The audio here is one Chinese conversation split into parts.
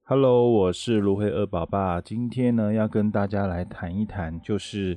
Hello，我是芦荟二宝爸。今天呢，要跟大家来谈一谈，就是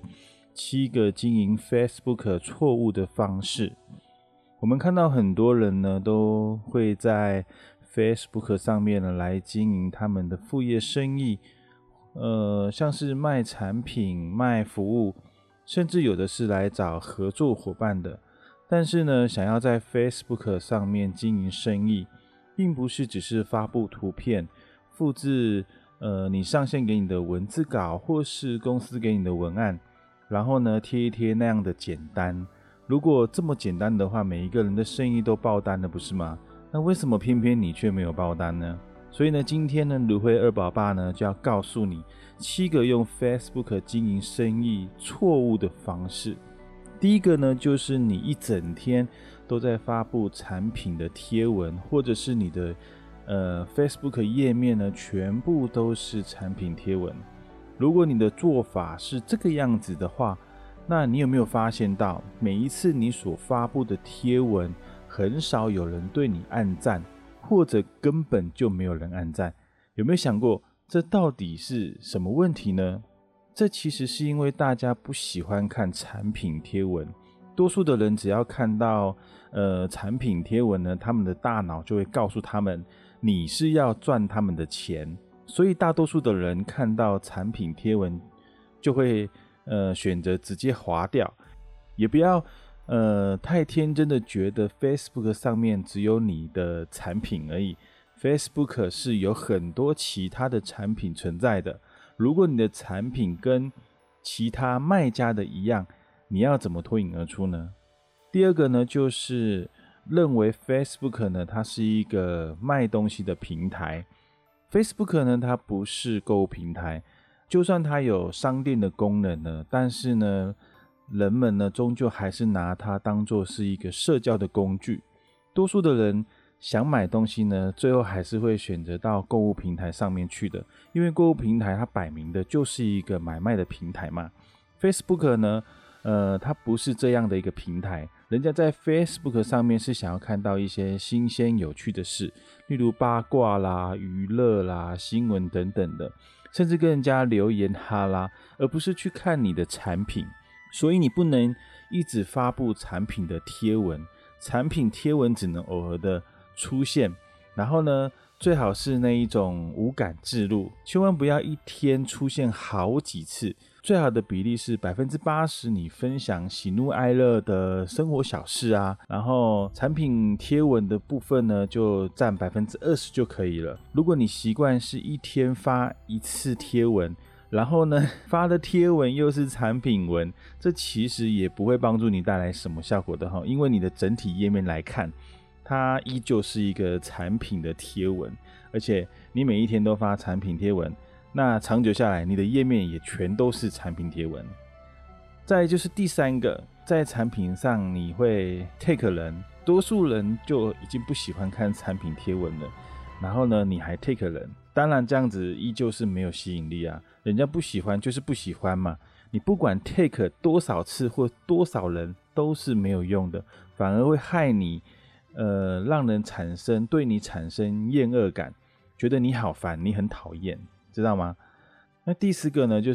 7个经营 Facebook 错误的方式。我们看到很多人呢，都会在 Facebook 上面呢来经营他们的副业生意，像是卖产品、卖服务，甚至有的是来找合作伙伴的。但是呢，想要在 Facebook 上面经营生意，并不是只是发布图片。复制你上线给你的文字稿，或是公司给你的文案，然后呢贴一贴那样的简单。如果这么简单的话，每一个人的生意都爆单了，不是吗？那为什么偏偏你却没有爆单呢？所以呢，今天呢，芦荟二宝爸呢就要告诉你7个用 Facebook 经营生意错误的方式。第一个呢，就是你一整天都在发布产品的贴文，或者是你的Facebook 页面呢，全部都是产品贴文。如果你的做法是这个样子的话，那你有没有发现到，每一次你所发布的贴文，很少有人对你按赞，或者根本就没有人按赞？有没有想过，这到底是什么问题呢？这其实是因为大家不喜欢看产品贴文。多数的人只要看到产品贴文呢，他们的大脑就会告诉他们，你是要赚他们的钱，所以大多数的人看到产品贴文就会选择直接滑掉。也不要太天真的觉得 Facebook 上面只有你的产品而已， Facebook 是有很多其他的产品存在的。如果你的产品跟其他卖家的一样，你要怎么脱颖而出呢？第二个呢，就是认为 Facebook 呢，它是一个卖东西的平台。Facebook 呢，它不是购物平台，就算它有商店的功能呢，但是呢，人们呢，终究还是拿它当作是一个社交的工具。多数的人想买东西呢，最后还是会选择到购物平台上面去的，因为购物平台它摆明的就是一个买卖的平台嘛。Facebook 呢，它不是这样的一个平台，人家在 Facebook 上面是想要看到一些新鲜有趣的事，例如八卦啦、娱乐啦、新闻等等的，甚至跟人家留言哈啦，而不是去看你的产品。所以你不能一直发布产品的贴文，产品贴文只能偶尔的出现，然后呢，最好是那一种无感置入，千万不要一天出现好几次。最好的比例是 80% 你分享喜怒哀乐的生活小事啊，然后产品贴文的部分呢，就占 20% 就可以了。如果你习惯是一天发一次贴文，然后呢，发的贴文又是产品文，这其实也不会帮助你带来什么效果的，因为你的整体页面来看，它依旧是一个产品的贴文，而且你每一天都发产品贴文，那长久下来，你的页面也全都是产品贴文。再来就是第三个，在产品上你会 take 人，多数人就已经不喜欢看产品贴文了，然后呢，你还 take 人，当然这样子依旧是没有吸引力啊，人家不喜欢就是不喜欢嘛，你不管 take 多少次或多少人都是没有用的，反而会害你让人对你产生厌恶感，觉得你好烦，你很讨厌，知道吗？那第四个呢，就是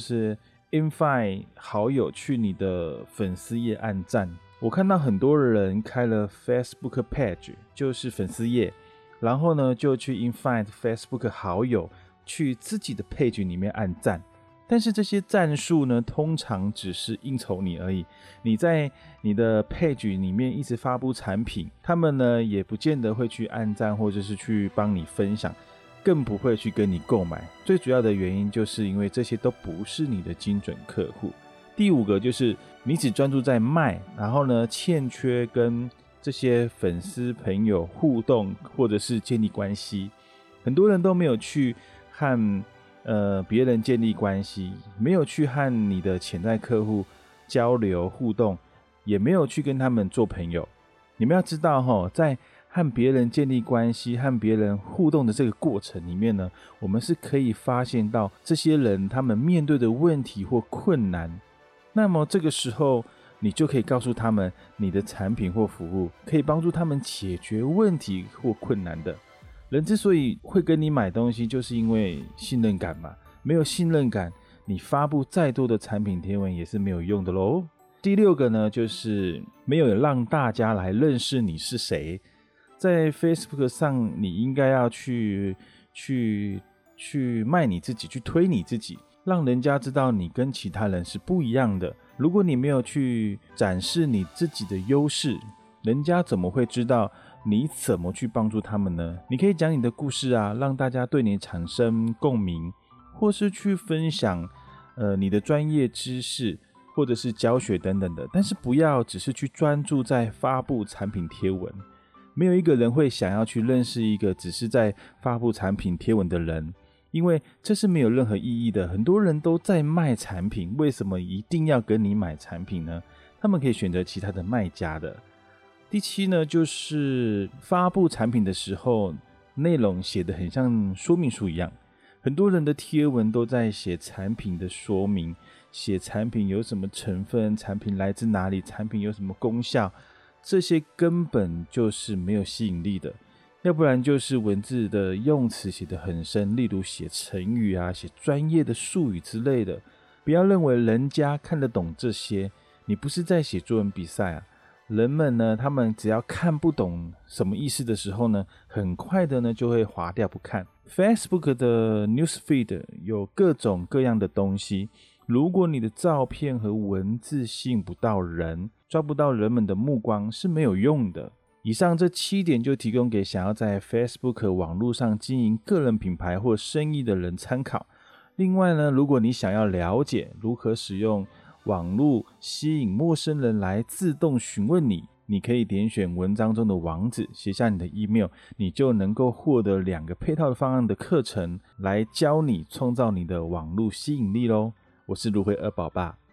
invite 好友去你的粉丝页按赞。我看到很多人开了 Facebook page， 就是粉丝页，然后呢就去 invite Facebook 好友去自己的 page 里面按赞。但是这些战术呢，通常只是应酬你而已。你在你的 page 里面一直发布产品，他们呢也不见得会去按赞，或者是去帮你分享，更不会去跟你购买。最主要的原因就是因为这些都不是你的精准客户。第五个就是你只专注在卖，然后呢欠缺跟这些粉丝朋友互动或者是建立关系。很多人都没有去和别人建立关系，没有去和你的潜在客户交流互动，也没有去跟他们做朋友。你们要知道在和别人建立关系、和别人互动的这个过程里面呢，我们是可以发现到这些人他们面对的问题或困难。那么这个时候你就可以告诉他们，你的产品或服务可以帮助他们解决问题或困难的。 人之所以会跟你买东西，就是因为信任感嘛。没有信任感，你发布再多的产品贴文也是没有用的咯。第6个呢，就是没有让大家来认识你是谁。在 Facebook 上，你应该要去卖你自己，去推你自己，让人家知道你跟其他人是不一样的。如果你没有去展示你自己的优势，人家怎么会知道你怎么去帮助他们呢？你可以讲你的故事啊，让大家对你产生共鸣，或是去分享你的专业知识，或者是教学等等的，但是不要只是去专注在发布产品贴文。没有一个人会想要去认识一个只是在发布产品贴文的人，因为这是没有任何意义的。很多人都在卖产品，为什么一定要跟你买产品呢？他们可以选择其他的卖家的。第7呢，就是发布产品的时候，内容写得很像说明书一样。很多人的贴文都在写产品的说明，写产品有什么成分，产品来自哪里，产品有什么功效，这些根本就是没有吸引力的。要不然就是文字的用词写得很深，例如写成语啊，写专业的术语之类的。不要认为人家看得懂这些，你不是在写作文比赛啊。人们呢，他们只要看不懂什么意思的时候呢，很快的呢就会滑掉不看。Facebook 的 Newsfeed 有各种各样的东西，如果你的照片和文字吸引不到人，抓不到人们的目光，是没有用的。以上这7点就提供给想要在 Facebook 网络上经营个人品牌或生意的人参考。另外呢，如果你想要了解如何使用网络吸引陌生人来自动询问你，你可以点选文章中的网址，写下你的 email， 你就能够获得2个配套的方案的课程，来教你创造你的网络吸引力咯。我是芦荟2宝爸，